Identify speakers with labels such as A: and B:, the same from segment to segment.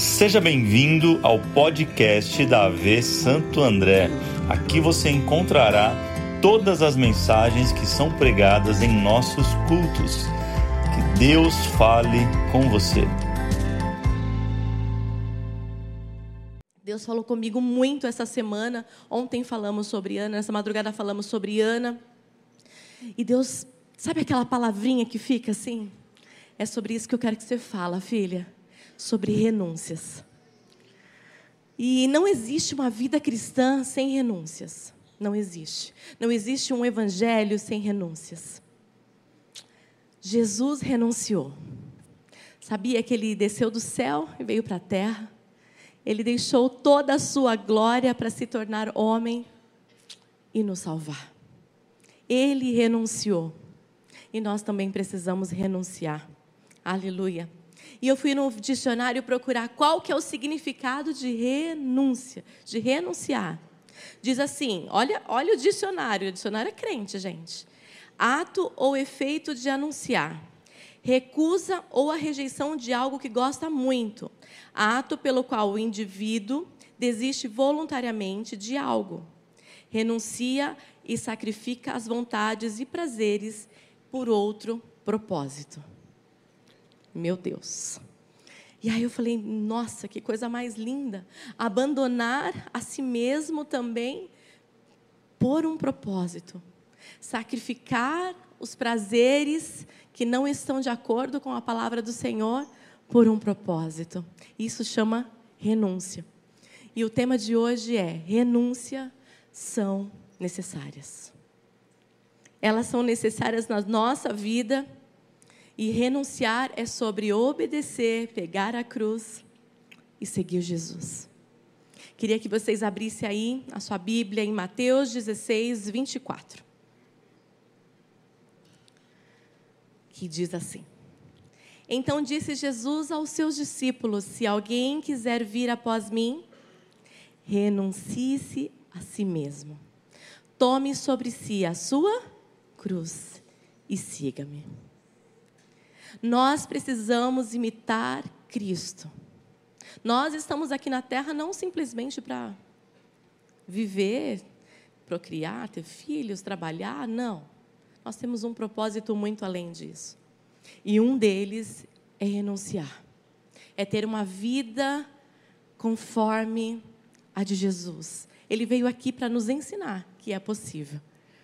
A: Seja bem-vindo ao podcast da AV Santo André. Aqui você encontrará todas as mensagens que são pregadas em nossos cultos. Que Deus fale com você.
B: Deus falou comigo muito essa semana. Ontem falamos sobre Ana, nessa madrugada falamos sobre Ana. E Deus, sabe aquela palavrinha que fica assim? É sobre isso que eu quero que você fale, filha. Sobre renúncias. E não existe uma vida cristã sem renúncias. Não existe. Não existe um evangelho sem renúncias. Jesus renunciou. Sabia que ele desceu do céu e veio para a terra? Ele deixou toda a sua glória para se tornar homem e nos salvar. Ele renunciou. E nós também precisamos renunciar. Aleluia. E eu fui no dicionário procurar qual que é o significado de renúncia, de renunciar. Diz assim, olha o dicionário é crente, gente. Ato ou efeito de anunciar. Recusa ou a rejeição de algo que gosta muito. Ato pelo qual o indivíduo desiste voluntariamente de algo. Renuncia e sacrifica as vontades e prazeres por outro propósito. Meu Deus. E aí eu falei, nossa, que coisa mais linda. Abandonar a si mesmo também por um propósito. Sacrificar os prazeres que não estão de acordo com a palavra do Senhor por um propósito. Isso chama renúncia. E o tema de hoje é: renúncia são necessárias. Elas são necessárias na nossa vida. E renunciar é sobre obedecer, pegar a cruz e seguir Jesus. Queria que vocês abrissem aí a sua Bíblia em Mateus 16, 24. Que diz assim: Então disse Jesus aos seus discípulos: Se alguém quiser vir após mim, renuncie-se a si mesmo. Tome sobre si a sua cruz e siga-me. Nós precisamos imitar Cristo. Nós estamos aqui na terra não simplesmente para viver, procriar, ter filhos, trabalhar, não. Nós temos um propósito muito além disso. E um deles é renunciar. É ter uma vida conforme a de Jesus. Ele veio aqui para nos ensinar que é possível.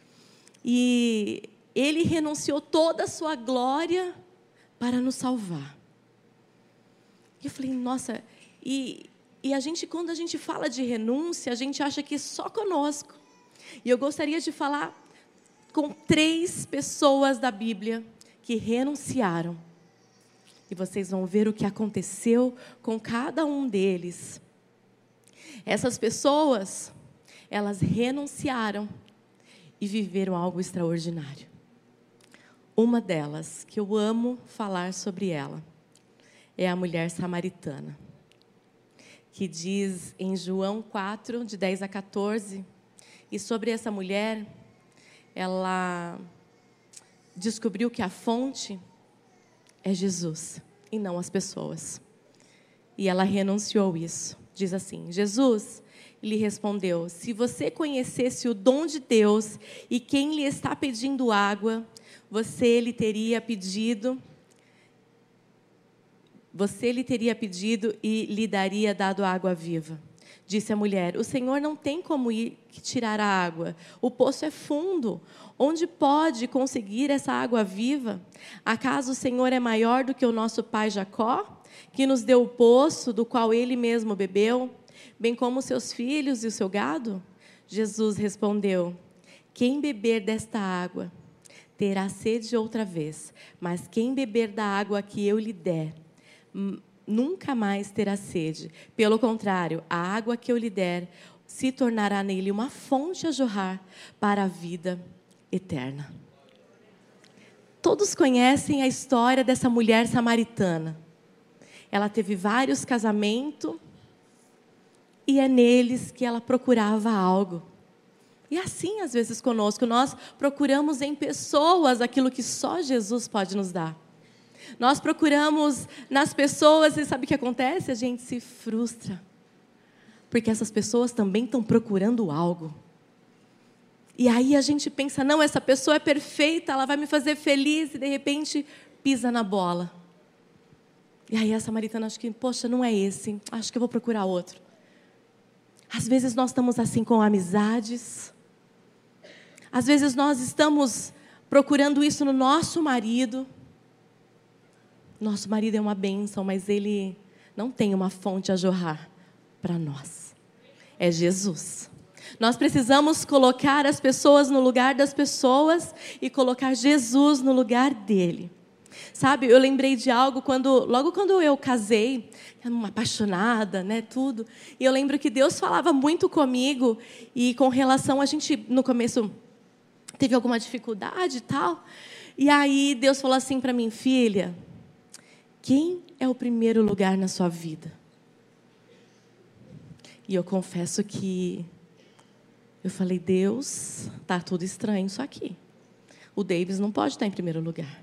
B: E ele renunciou toda a sua glória para nos salvar. E eu falei, nossa, e a gente, quando a gente fala de renúncia, a gente acha que é só conosco. E eu gostaria de falar com 3 pessoas da Bíblia que renunciaram. E vocês vão ver o que aconteceu com cada um deles. Essas pessoas, elas renunciaram e viveram algo extraordinário. Uma delas, que eu amo falar sobre ela, é a mulher samaritana, que diz em João 4, de 10 a 14, e sobre essa mulher, ela descobriu que a fonte é Jesus, e não as pessoas. E ela renunciou isso. Diz assim, Jesus lhe respondeu: Se você conhecesse o dom de Deus e quem lhe está pedindo água, você lhe teria pedido e lhe daria dado água viva. Disse a mulher: O Senhor não tem como ir tirar a água. O poço é fundo. Onde pode conseguir essa água viva? Acaso o Senhor é maior do que o nosso pai Jacó, que nos deu o poço do qual ele mesmo bebeu, bem como seus filhos e o seu gado? Jesus respondeu: Quem beber desta água terá sede outra vez, mas quem beber da água que eu lhe der, nunca mais terá sede. Pelo contrário, a água que eu lhe der se tornará nele uma fonte a jorrar para a vida eterna. Todos conhecem a história dessa mulher samaritana. Ela teve vários casamentos e é neles que ela procurava algo. E assim, às vezes, conosco, nós procuramos em pessoas aquilo que só Jesus pode nos dar. Nós procuramos nas pessoas, e sabe o que acontece? A gente se frustra. Porque essas pessoas também estão procurando algo. E aí a gente pensa, não, essa pessoa é perfeita, ela vai me fazer feliz, e de repente pisa na bola. E aí a samaritana acha que, poxa, não é esse, acho que eu vou procurar outro. Às vezes nós estamos assim com amizades. Às vezes nós estamos procurando isso no nosso marido. Nosso marido é uma bênção, mas ele não tem uma fonte a jorrar para nós. É Jesus. Nós precisamos colocar as pessoas no lugar das pessoas e colocar Jesus no lugar dele. Sabe, eu lembrei de algo logo quando eu casei, uma apaixonada, né, tudo. E eu lembro que Deus falava muito comigo e com relação a gente no começo teve alguma dificuldade e tal. E aí Deus falou assim para mim, filha, quem é o primeiro lugar na sua vida? E eu confesso que eu falei, Deus, tá tudo estranho isso aqui. O Davis não pode estar em primeiro lugar.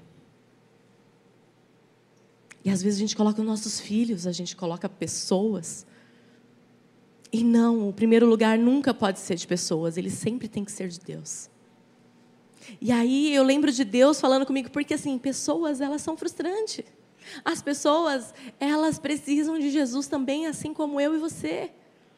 B: E às vezes a gente coloca os nossos filhos, a gente coloca pessoas. E não, o primeiro lugar nunca pode ser de pessoas, ele sempre tem que ser de Deus. E aí eu lembro de Deus falando comigo, porque assim, pessoas, elas são frustrantes. As pessoas, elas precisam de Jesus também, assim como eu e você.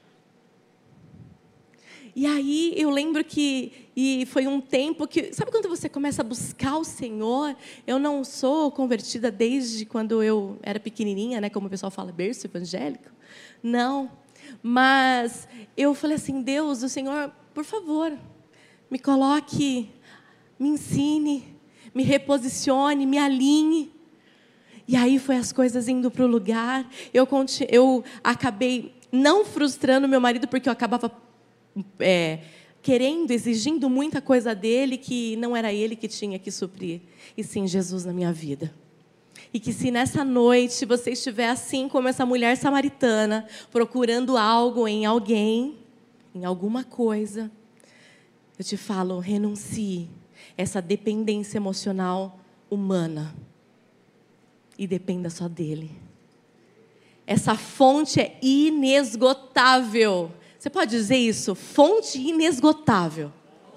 B: E aí eu lembro e foi um tempo que... Sabe quando você começa a buscar o Senhor? Eu não sou convertida desde quando eu era pequenininha, né? Como o pessoal fala, berço evangélico. Não. Mas eu falei assim, Deus, o Senhor, por favor, me coloque, me ensine, me reposicione, me alinhe. E aí foi as coisas indo para o lugar. Eu acabei não frustrando meu marido, porque eu acabava... querendo, exigindo muita coisa dele, que não era ele que tinha que suprir, e sim Jesus na minha vida. E que se nessa noite você estiver assim como essa mulher samaritana, procurando algo em alguém, em alguma coisa, eu te falo, renuncie essa dependência emocional humana e dependa só dele. Essa fonte é inesgotável. Você pode dizer isso? Fonte inesgotável.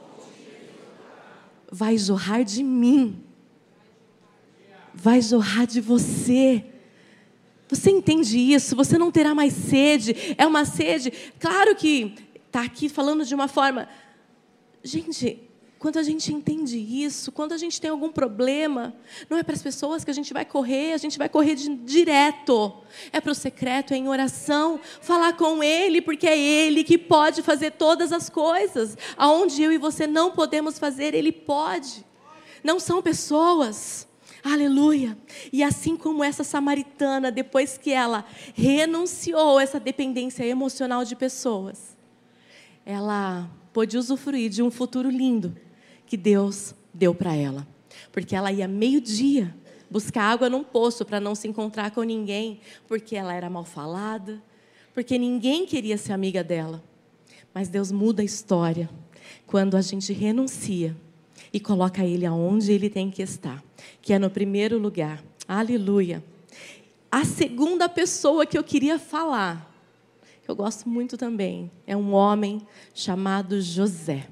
B: Vai jorrar de mim. Vai jorrar de você. Você entende isso? Você não terá mais sede. É uma sede. Claro que está aqui falando de uma forma... Gente, quando a gente entende isso, quando a gente tem algum problema, não é para as pessoas que a gente vai correr direto. É para o secreto, é em oração, falar com Ele, porque é Ele que pode fazer todas as coisas. Aonde eu e você não podemos fazer, Ele pode. Não são pessoas. Aleluia. E assim como essa samaritana, depois que ela renunciou a essa dependência emocional de pessoas, ela pôde usufruir de um futuro lindo que Deus deu para ela. Porque ela ia meio-dia buscar água num poço para não se encontrar com ninguém, porque ela era mal falada, porque ninguém queria ser amiga dela. Mas Deus muda a história quando a gente renuncia e coloca Ele aonde Ele tem que estar, que é no primeiro lugar. Aleluia. A segunda pessoa que eu queria falar, que eu gosto muito também, é um homem chamado José.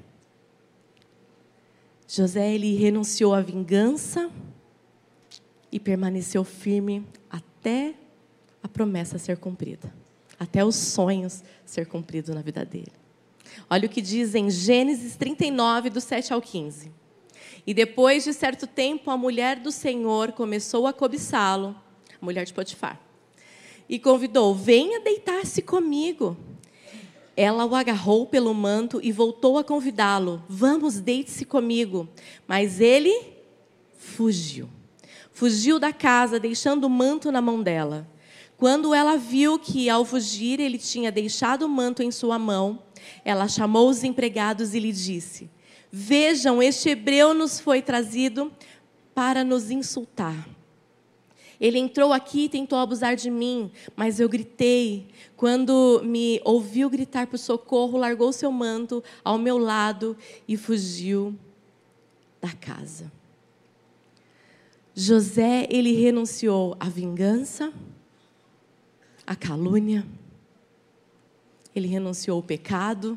B: José, ele renunciou à vingança e permaneceu firme até a promessa ser cumprida, até os sonhos ser cumpridos na vida dele. Olha o que diz em Gênesis 39, do 7 ao 15. E depois de certo tempo, a mulher do Senhor começou a cobiçá-lo, a mulher de Potifar, e convidou, venha deitar-se comigo. Ela o agarrou pelo manto e voltou a convidá-lo. Vamos, deite-se comigo. Mas ele fugiu. Fugiu da casa, deixando o manto na mão dela. Quando ela viu que, ao fugir, ele tinha deixado o manto em sua mão, ela chamou os empregados e lhe disse, vejam, este hebreu nos foi trazido para nos insultar. Ele entrou aqui e tentou abusar de mim, mas eu gritei. Quando me ouviu gritar por socorro, largou seu manto ao meu lado e fugiu da casa. José, ele renunciou à vingança, à calúnia, ele renunciou ao pecado.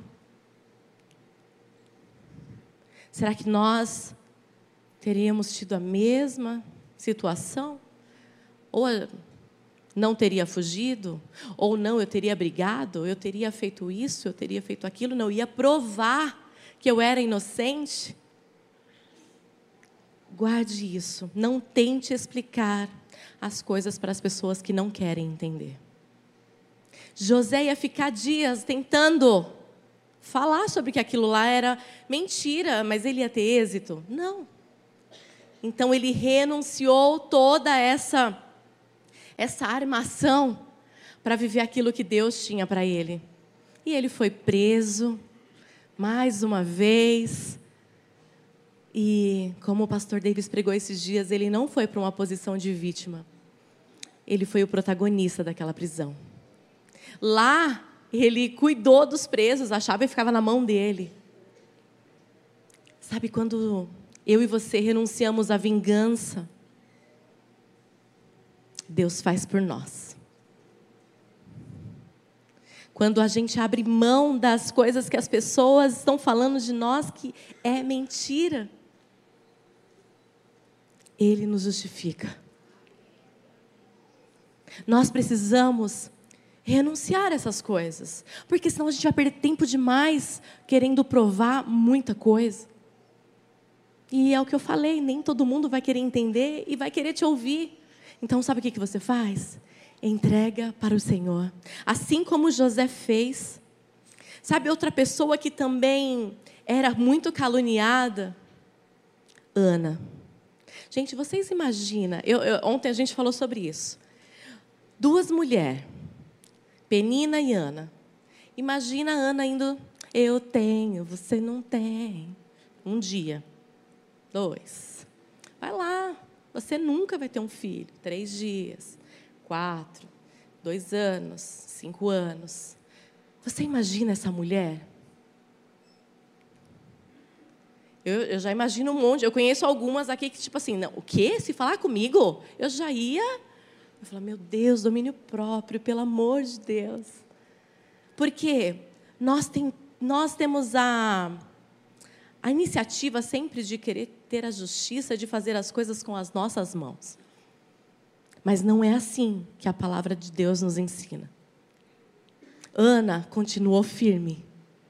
B: Será que nós teríamos tido a mesma situação? Ou não teria fugido? Ou não, eu teria brigado? Eu teria feito isso? Eu teria feito aquilo? Não ia provar que eu era inocente? Guarde isso. Não tente explicar as coisas para as pessoas que não querem entender. José ia ficar dias tentando falar sobre que aquilo lá era mentira, mas ele ia ter êxito? Não. Então ele renunciou toda essa armação para viver aquilo que Deus tinha para ele. E ele foi preso mais uma vez. E como o pastor Davis pregou esses dias, ele não foi para uma posição de vítima. Ele foi o protagonista daquela prisão. Lá, ele cuidou dos presos, a chave ficava na mão dele. Sabe, quando eu e você renunciamos à vingança, Deus faz por nós. Quando a gente abre mão das coisas que as pessoas estão falando de nós, que é mentira, Ele nos justifica. Nós precisamos renunciar a essas coisas, porque senão a gente vai perder tempo demais querendo provar muita coisa. E é o que eu falei, nem todo mundo vai querer entender e vai querer te ouvir. Então, sabe o que você faz? Entrega para o Senhor. Assim como José fez. Sabe outra pessoa que também era muito caluniada? Ana. Gente, vocês imaginam, ontem a gente falou sobre isso. 2 mulheres, Penina e Ana. Imagina a Ana indo, eu tenho, você não tem. 1 dia, 2. Vai lá, você nunca vai ter um filho. 3 dias, 4, 2 anos, 5 anos. Você imagina essa mulher? Eu já imagino um monte. Eu conheço algumas aqui que, tipo assim, não, o quê? Se falar comigo? Eu já ia... Eu falo, meu Deus, domínio próprio, pelo amor de Deus. Porque nós temos a iniciativa sempre de querer ter a justiça, de fazer as coisas com as nossas mãos. Mas não é assim que a palavra de Deus nos ensina. Ana continuou firme,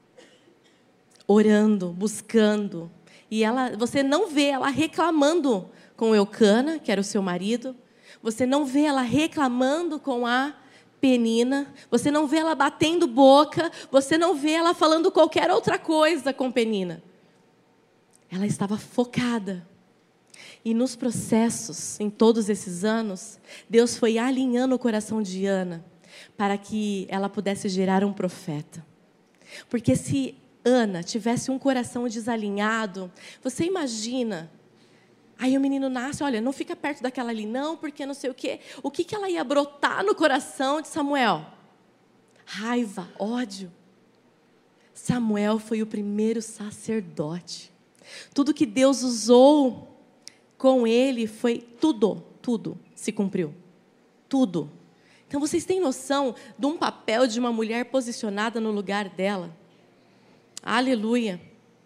B: orando, buscando. E você não vê ela reclamando com Eucana, que era o seu marido. Você não vê ela reclamando com a Penina. Você não vê ela batendo boca. Você não vê ela falando qualquer outra coisa com Penina. Ela estava focada. E nos processos, em todos esses anos, Deus foi alinhando o coração de Ana para que ela pudesse gerar um profeta. Porque se Ana tivesse um coração desalinhado, você imagina, aí o menino nasce, olha, não fica perto daquela ali não, porque não sei o quê. O que ela ia brotar no coração de Samuel? Raiva, ódio. Samuel foi o primeiro sacerdote. Tudo que Deus usou com ele foi tudo se cumpriu. Tudo. Então, vocês têm noção de um papel de uma mulher posicionada no lugar dela? Aleluia.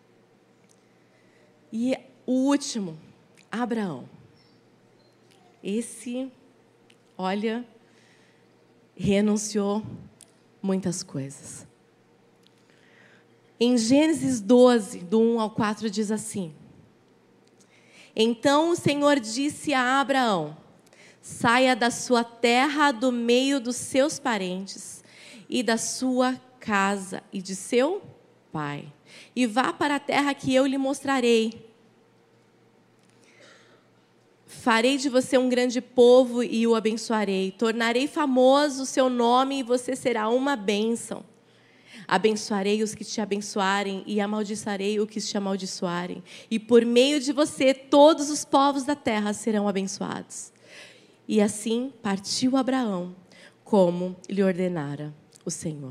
B: E o último, Abraão. Esse, olha, renunciou muitas coisas. Em Gênesis 12, do 1 ao 4, diz assim: Então o Senhor disse a Abraão: saia da sua terra, do meio dos seus parentes, e da sua casa, e de seu pai, e vá para a terra que eu lhe mostrarei. Farei de você um grande povo e o abençoarei. Tornarei famoso o seu nome e você será uma bênção. Abençoarei os que te abençoarem e amaldiçoarei os que te amaldiçoarem. E por meio de você, todos os povos da terra serão abençoados. E assim partiu Abraão, como lhe ordenara o Senhor.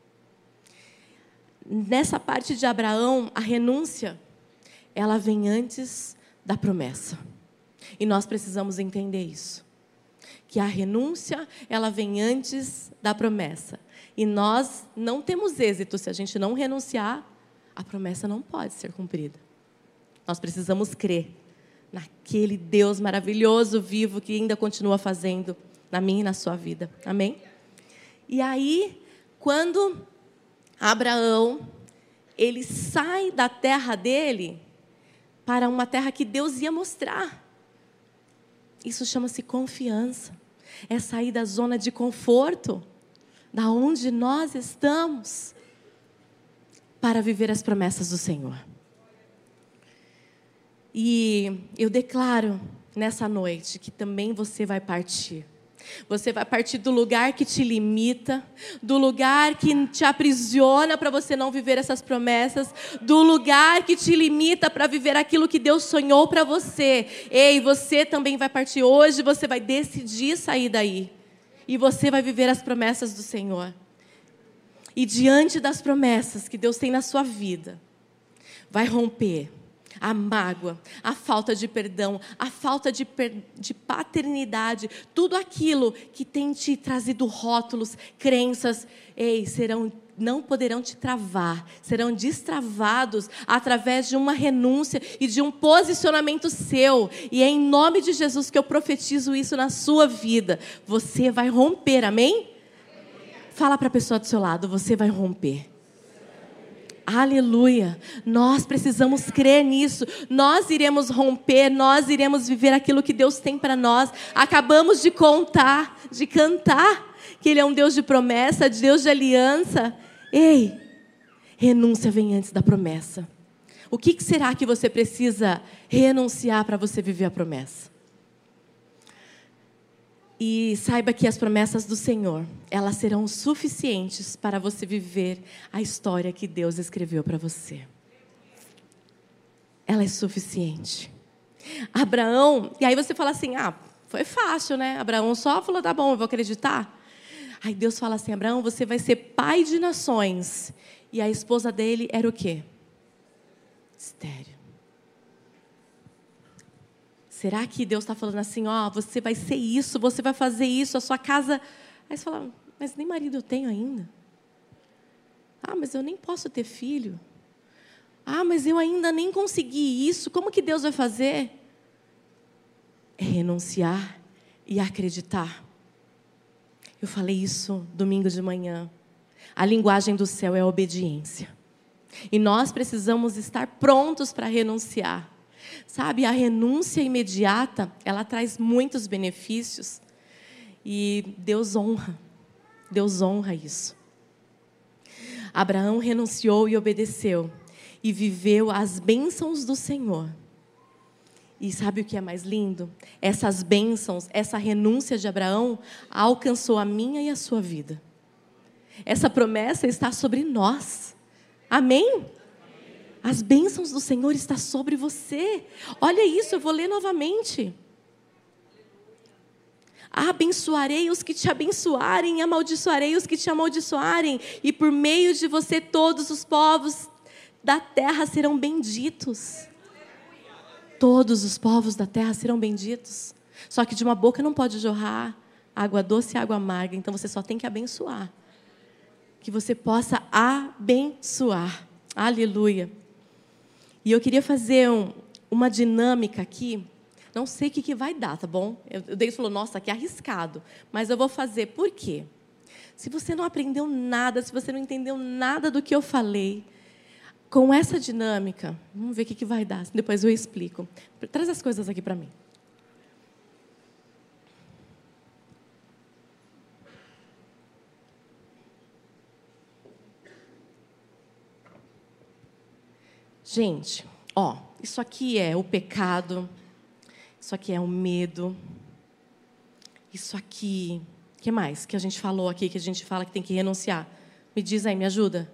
B: Nessa parte de Abraão, a renúncia, ela vem antes da promessa. E nós precisamos entender isso. Que a renúncia, ela vem antes da promessa. E nós não temos êxito se a gente não renunciar, a promessa não pode ser cumprida. Nós precisamos crer naquele Deus maravilhoso, vivo, que ainda continua fazendo na minha e na sua vida. Amém? E aí, quando Abraão, ele sai da terra dele para uma terra que Deus ia mostrar. Isso chama-se confiança. É sair da zona de conforto, da onde nós estamos, para viver as promessas do Senhor. E eu declaro nessa noite que também você vai partir. Você vai partir do lugar que te limita, do lugar que te aprisiona para você não viver essas promessas, do lugar que te limita para viver aquilo que Deus sonhou para você. Ei, você também vai partir hoje, você vai decidir sair daí. E você vai viver as promessas do Senhor. E diante das promessas que Deus tem na sua vida, vai romper a mágoa, a falta de perdão, a falta de paternidade, tudo aquilo que tem te trazido rótulos, crenças, não poderão te travar, serão destravados através de uma renúncia e de um posicionamento seu. E é em nome de Jesus que eu profetizo isso na sua vida. Você vai romper, amém? Fala para a pessoa do seu lado, você vai romper. Aleluia, nós precisamos crer nisso, nós iremos romper, nós iremos viver aquilo que Deus tem para nós. Acabamos de cantar que Ele é um Deus de promessa, Deus de aliança. Ei, renúncia vem antes da promessa. O que será que você precisa renunciar para você viver a promessa? E saiba que as promessas do Senhor, elas serão suficientes para você viver a história que Deus escreveu para você. Ela é suficiente. Abraão, e aí você fala assim, foi fácil, né? Abraão só falou, tá bom, eu vou acreditar. Aí Deus fala assim, Abraão, você vai ser pai de nações. E a esposa dele era o quê? Estéril. Será que Deus está falando assim, você vai ser isso, você vai fazer isso, a sua casa... Aí você fala, mas nem marido eu tenho ainda. Mas eu nem posso ter filho. Mas eu ainda nem consegui isso, como que Deus vai fazer? É renunciar e acreditar. Eu falei isso domingo de manhã. A linguagem do céu é a obediência. E nós precisamos estar prontos para renunciar. Sabe, a renúncia imediata, ela traz muitos benefícios. E Deus honra isso. Abraão renunciou e obedeceu. E viveu as bênçãos do Senhor. E sabe o que é mais lindo? Essas bênçãos, essa renúncia de Abraão, alcançou a minha e a sua vida. Essa promessa está sobre nós. Amém? As bênçãos do Senhor estão sobre você. Olha isso, eu vou ler novamente. Abençoarei os que te abençoarem, e amaldiçoarei os que te amaldiçoarem. E por meio de você todos os povos da terra serão benditos. Todos os povos da terra serão benditos. Só que de uma boca não pode jorrar água doce e água amarga. Então você só tem que abençoar. Que você possa abençoar. Aleluia. E eu queria fazer uma dinâmica aqui. Não sei o que vai dar, tá bom? O Deus falou, nossa, que arriscado. Mas eu vou fazer. Por quê? Se você não aprendeu nada, se você não entendeu nada do que eu falei, com essa dinâmica, vamos ver o que vai dar. Depois eu explico. Traz as coisas aqui para mim. Gente, isso aqui é o pecado, isso aqui é o medo, isso aqui, o que mais que a gente falou aqui, que a gente fala que tem que renunciar? Me diz aí, me ajuda.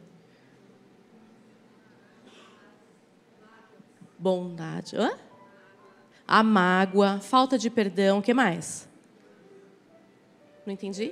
B: Bondade, a mágoa, falta de perdão, o que mais? Não entendi?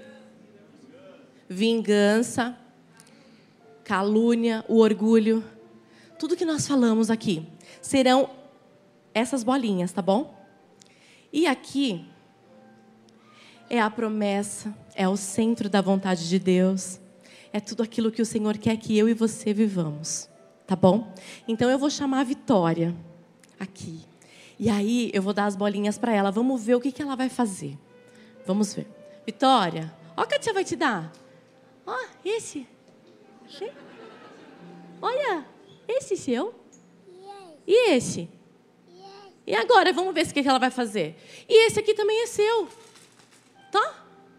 B: Vingança, calúnia, o orgulho. Tudo que nós falamos aqui serão essas bolinhas, tá bom? E aqui é a promessa, é o centro da vontade de Deus. É tudo aquilo que o Senhor quer que eu e você vivamos. Tá bom? Então eu vou chamar a Vitória aqui. E aí eu vou dar as bolinhas para ela. Vamos ver o que ela vai fazer. Vamos ver. Vitória, ó o que a tia vai te dar. Ó, esse. Olha, esse seu. E esse? E agora, vamos ver o que ela vai fazer. E esse aqui também é seu. Tá?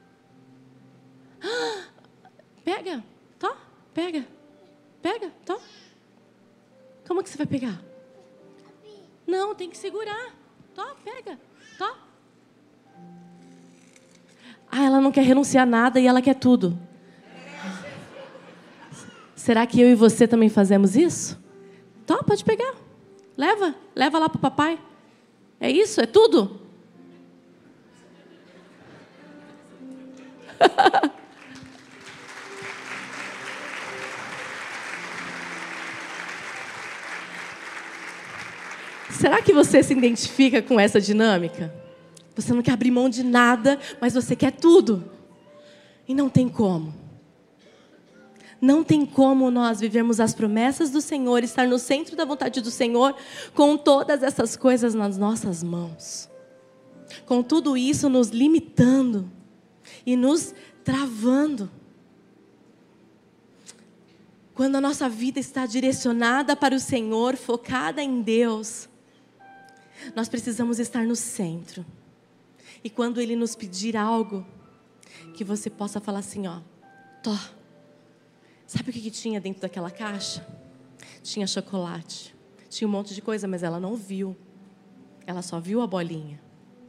B: Pega. Tá? Pega. Pega. Tá? Como que você vai pegar? Não, tem que segurar. Tá? Pega. Tá? Ela não quer renunciar a nada e ela quer tudo. Será que eu e você também fazemos isso? Tá, pode pegar. Leva lá pro papai. É isso? É tudo? Será que você se identifica com essa dinâmica? Você não quer abrir mão de nada, mas você quer tudo. E não tem como. Não tem como nós vivermos as promessas do Senhor, estar no centro da vontade do Senhor, com todas essas coisas nas nossas mãos. Com tudo isso nos limitando e nos travando. Quando a nossa vida está direcionada para o Senhor, focada em Deus, nós precisamos estar no centro. E quando Ele nos pedir algo, que você possa falar assim, ó, Tó. Sabe o que tinha dentro daquela caixa? Tinha chocolate. Tinha um monte de coisa, mas ela não viu. Ela só viu a bolinha.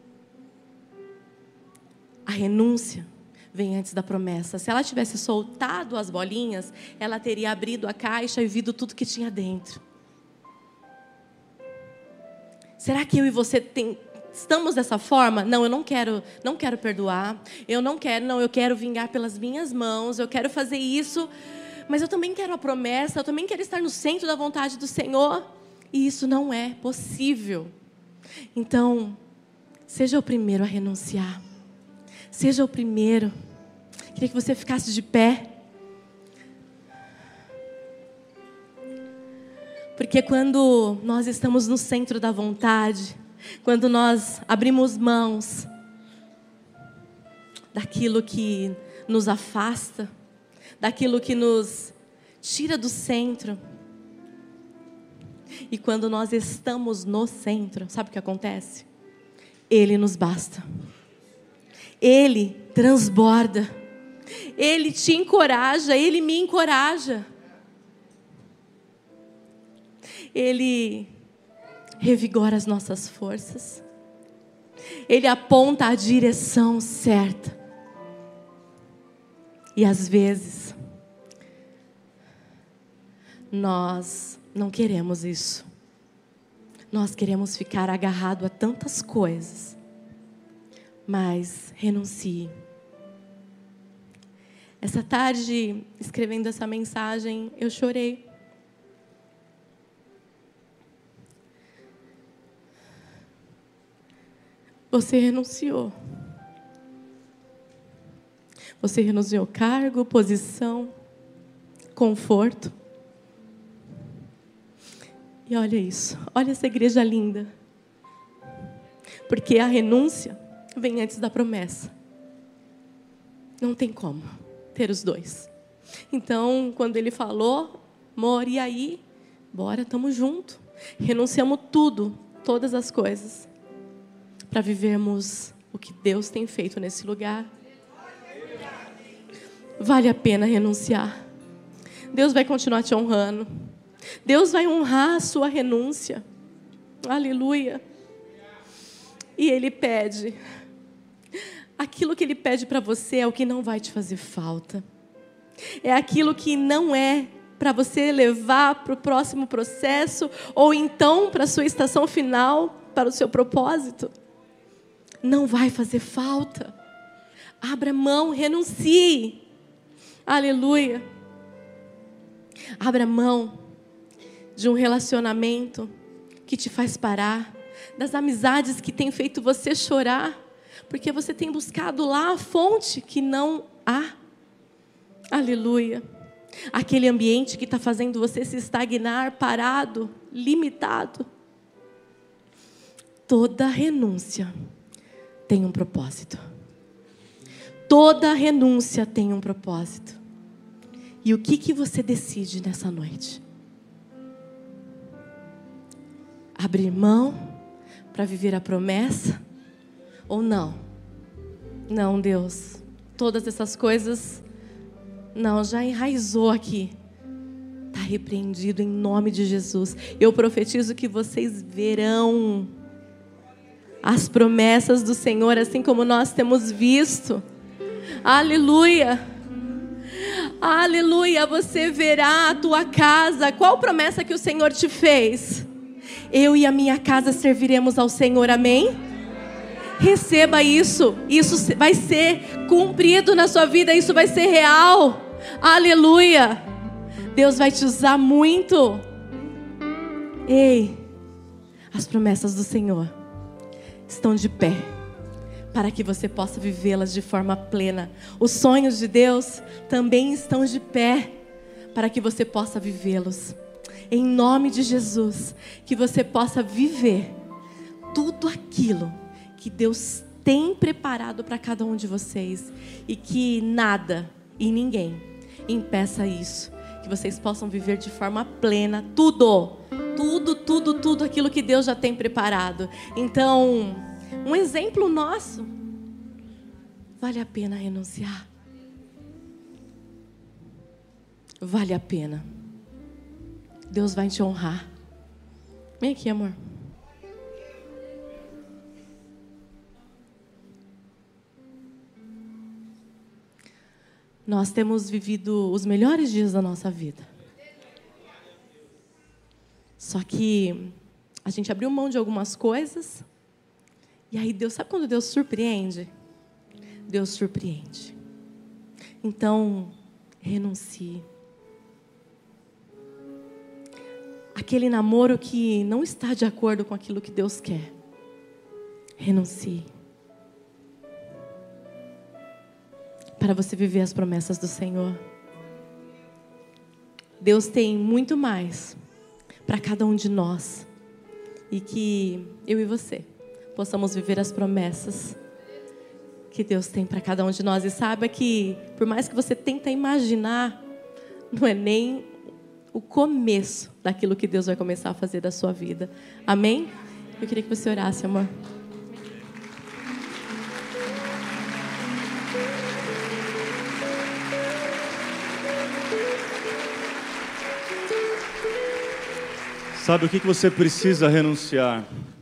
B: A renúncia vem antes da promessa. Se ela tivesse soltado as bolinhas, ela teria abrido a caixa e visto tudo que tinha dentro. Será que eu e você estamos dessa forma? Não, eu não quero perdoar. Eu quero vingar pelas minhas mãos. Eu quero fazer isso. Mas eu também quero a promessa. Eu também quero estar no centro da vontade do Senhor. E isso não é possível. Então, seja o primeiro a renunciar. Seja o primeiro. Queria que você ficasse de pé. Porque quando nós estamos no centro da vontade, quando nós abrimos mãos daquilo que nos afasta, daquilo que nos tira do centro, e quando nós estamos no centro, sabe o que acontece? Ele nos basta. Ele transborda. Ele te encoraja, Ele me encoraja. Ele revigora as nossas forças. Ele aponta a direção certa. E às vezes, nós não queremos isso. Nós queremos ficar agarrado a tantas coisas. Mas renuncie. Essa tarde, escrevendo essa mensagem, eu chorei. Você renunciou. Você renunciou cargo, posição, conforto. E olha isso. Olha essa igreja linda. Porque a renúncia vem antes da promessa. Não tem como ter os dois. Então, quando ele falou, amor, e aí? Bora, estamos juntos. Renunciamos tudo, todas as coisas, para vivermos o que Deus tem feito nesse lugar. Vale a pena renunciar. Deus vai continuar te honrando. Deus vai honrar a sua renúncia. Aleluia. E Ele pede. Aquilo que Ele pede para você é o que não vai te fazer falta. É aquilo que não é para você levar para o próximo processo, ou então para a sua estação final, para o seu propósito. Não vai fazer falta. Abra mão, renuncie. Aleluia. Abra mão de um relacionamento que te faz parar. das amizades que têm feito você chorar, porque você tem buscado lá a fonte que não há. Aleluia. Aquele ambiente que está fazendo você se estagnar, parado, limitado. Toda renúncia tem um propósito. Toda renúncia tem um propósito. E o que você decide nessa noite? Abrir mão para viver a promessa ou não? Não, Deus, todas essas coisas, não, já enraizou aqui. Está repreendido em nome de Jesus. Eu profetizo que vocês verão as promessas do Senhor, assim como nós temos visto. Aleluia. Aleluia. Você verá a tua casa. Qual promessa que o Senhor te fez? Eu e a minha casa serviremos ao Senhor, amém? Receba isso. Isso vai ser cumprido na sua vida. Isso vai ser real. Aleluia. Deus vai te usar muito. Ei, as promessas do Senhor estão de pé para que você possa vivê-las de forma plena. Os sonhos de Deus também estão de pé para que você possa vivê-los. Em nome de Jesus, que você possa viver tudo aquilo que Deus tem preparado para cada um de vocês e que nada e ninguém impeça isso. Que vocês possam viver de forma plena tudo aquilo que Deus já tem preparado. Então, um exemplo nosso, vale a pena renunciar. Vale a pena. Deus vai te honrar. Vem aqui, amor. Nós temos vivido os melhores dias da nossa vida. Só que a gente abriu mão de algumas coisas. E aí Deus, sabe quando Deus surpreende? Deus surpreende. Então, renuncie. Aquele namoro que não está de acordo com aquilo que Deus quer, renuncie. Para você viver as promessas do Senhor. Deus tem muito mais para cada um de nós. E que eu e você possamos viver as promessas que Deus tem para cada um de nós. E saiba que, por mais que você tente imaginar, não é nem o começo daquilo que Deus vai começar a fazer da sua vida. Amém? Eu queria que você orasse, amor.
A: Sabe o que você precisa renunciar?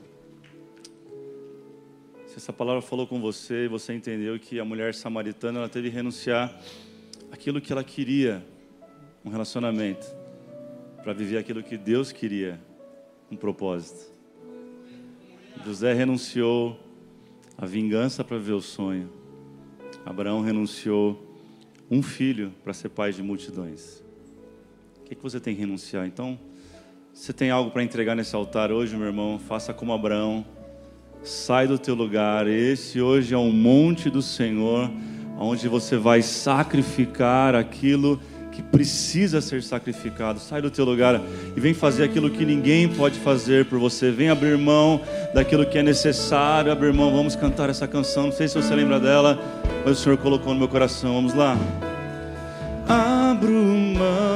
A: Se essa palavra falou com você e você entendeu que a mulher samaritana ela teve que renunciar aquilo que ela queria, um relacionamento, para viver aquilo que Deus queria, um propósito. José renunciou a vingança para viver o sonho. Abraão renunciou um filho para ser pai de multidões. O que você tem que renunciar? Então, você tem algo para entregar nesse altar hoje, meu irmão? Faça como Abraão. Sai do teu lugar. Esse hoje é um monte do Senhor, onde você vai sacrificar aquilo que precisa ser sacrificado. Sai do teu lugar e vem fazer aquilo que ninguém pode fazer por você. Vem abrir mão daquilo que é necessário. Abrir mão, vamos cantar essa canção. Não sei se você lembra dela, mas o Senhor colocou no meu coração. Vamos lá. Abro mão